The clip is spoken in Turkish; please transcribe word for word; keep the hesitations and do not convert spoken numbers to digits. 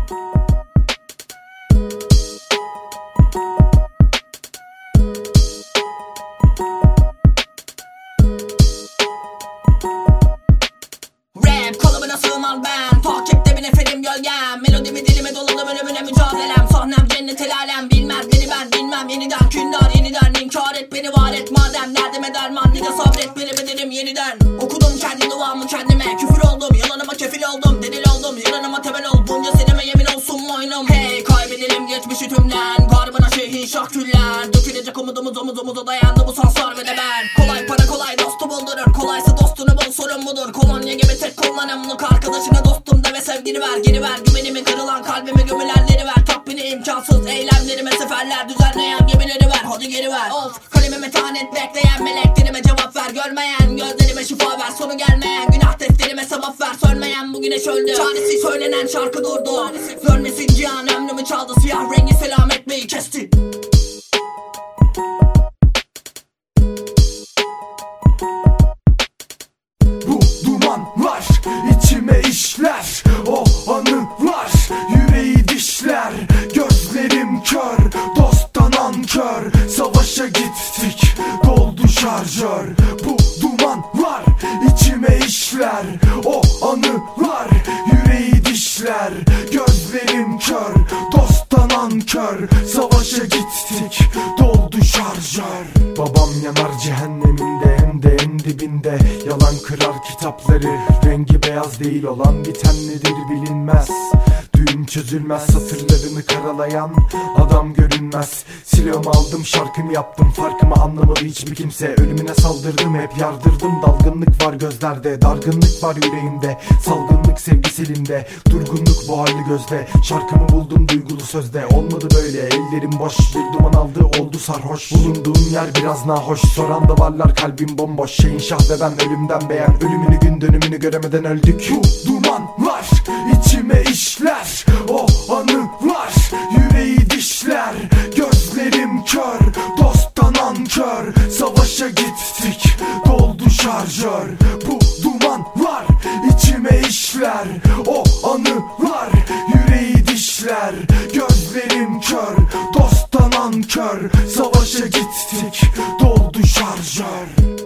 Rap kalıbına sığmaz ben, takipte bir neferim gölgem. Melodimi dilime doladım, ölümüne mücadelem. Sahnem cennet el alem, bilmez beni ben bilmem. Yeniden kündar yeniden inkar et beni var et madem. Derdime derman nice sabret beni bederim yeniden. Okudum kendi duamı kendime, küfür oldum yalanıma kefil oldum. Delil oldum yalanıma temel ol, bunca seneme yemin olsun boynum. Hey kaybedelim geçmişi tümden, garbına şeyhin şaktüller. Dökülecek umudumuz omuz omuza dayandı bu sansar ve de ben. Kolay para kolay dostu buldurur, kolaysa dostunu bul sorun budur. Kolonya gibi tek kullanımlık arkadaşına dostum de ve sevgini ver. Geri ver güvenimi kırılan kalbimi gömülenleri ver. Tatmini imkansız eylemlerime seferler düzenleyen gemileri ver. Hadi geri ver of kalemime tanet bekleyen meleklerime cevap ver. Görmeyen gözlerime şifa ver, sonu gelmeyen günah defterime sevap ver. Sönmeyen bu güneş öldü, çaresiz söylenen şarkı durdu. Görmesin cihan ömrümü çaldı, siyah rengi selam etmeyi kesti. Bu dumanlar içime işler, o anılar yüreği dişler. Gözlerim kör, dosttan nankör, savaşa gittik doldu şarjör. Bu dumanlar içime işler, o anılar yüreği dişler. Gözlerim kör, dosttan nankör, savaşa gittik doldu şarjör. Babam yanar cehenneminde, hem de en dibinde. Yalan kırar kitapları, rengi beyaz değil, olan biten nedir bilinmez. Düğüm çözülmez, satırlarını karalayan adam görünmez. Silahımı aldım, şarkımı yaptım, farkımı anlamadı hiçbir kimse. Ölümüne saldırdım, hep yardırdım, dalgınlık var gözlerde. Dargınlık var yüreğimde, salgınlık sevgi selimde. Durgunluk bu hali gözde, şarkımı buldum duygulu sözde. Olmadı böyle, ellerim boş, bir duman aldı oldu sarhoş. Bulunduğum yer biraz nahoş, soran da varlar kalbim bomboş. Şeyin şah ve ben ölümden beğen, ölümünü gün dönümünü göremeden öldük. Bu dumanlar içime işler, o anılar yüreği dişler. Gözlerim kör, dosttan nankör, savaşa gittik doldu şarjör. Bu dumanlar içime işler, o anılar yüreği dişler. Gözlerim kör, dosttan nankör, savaşa gittik doldu şarjör.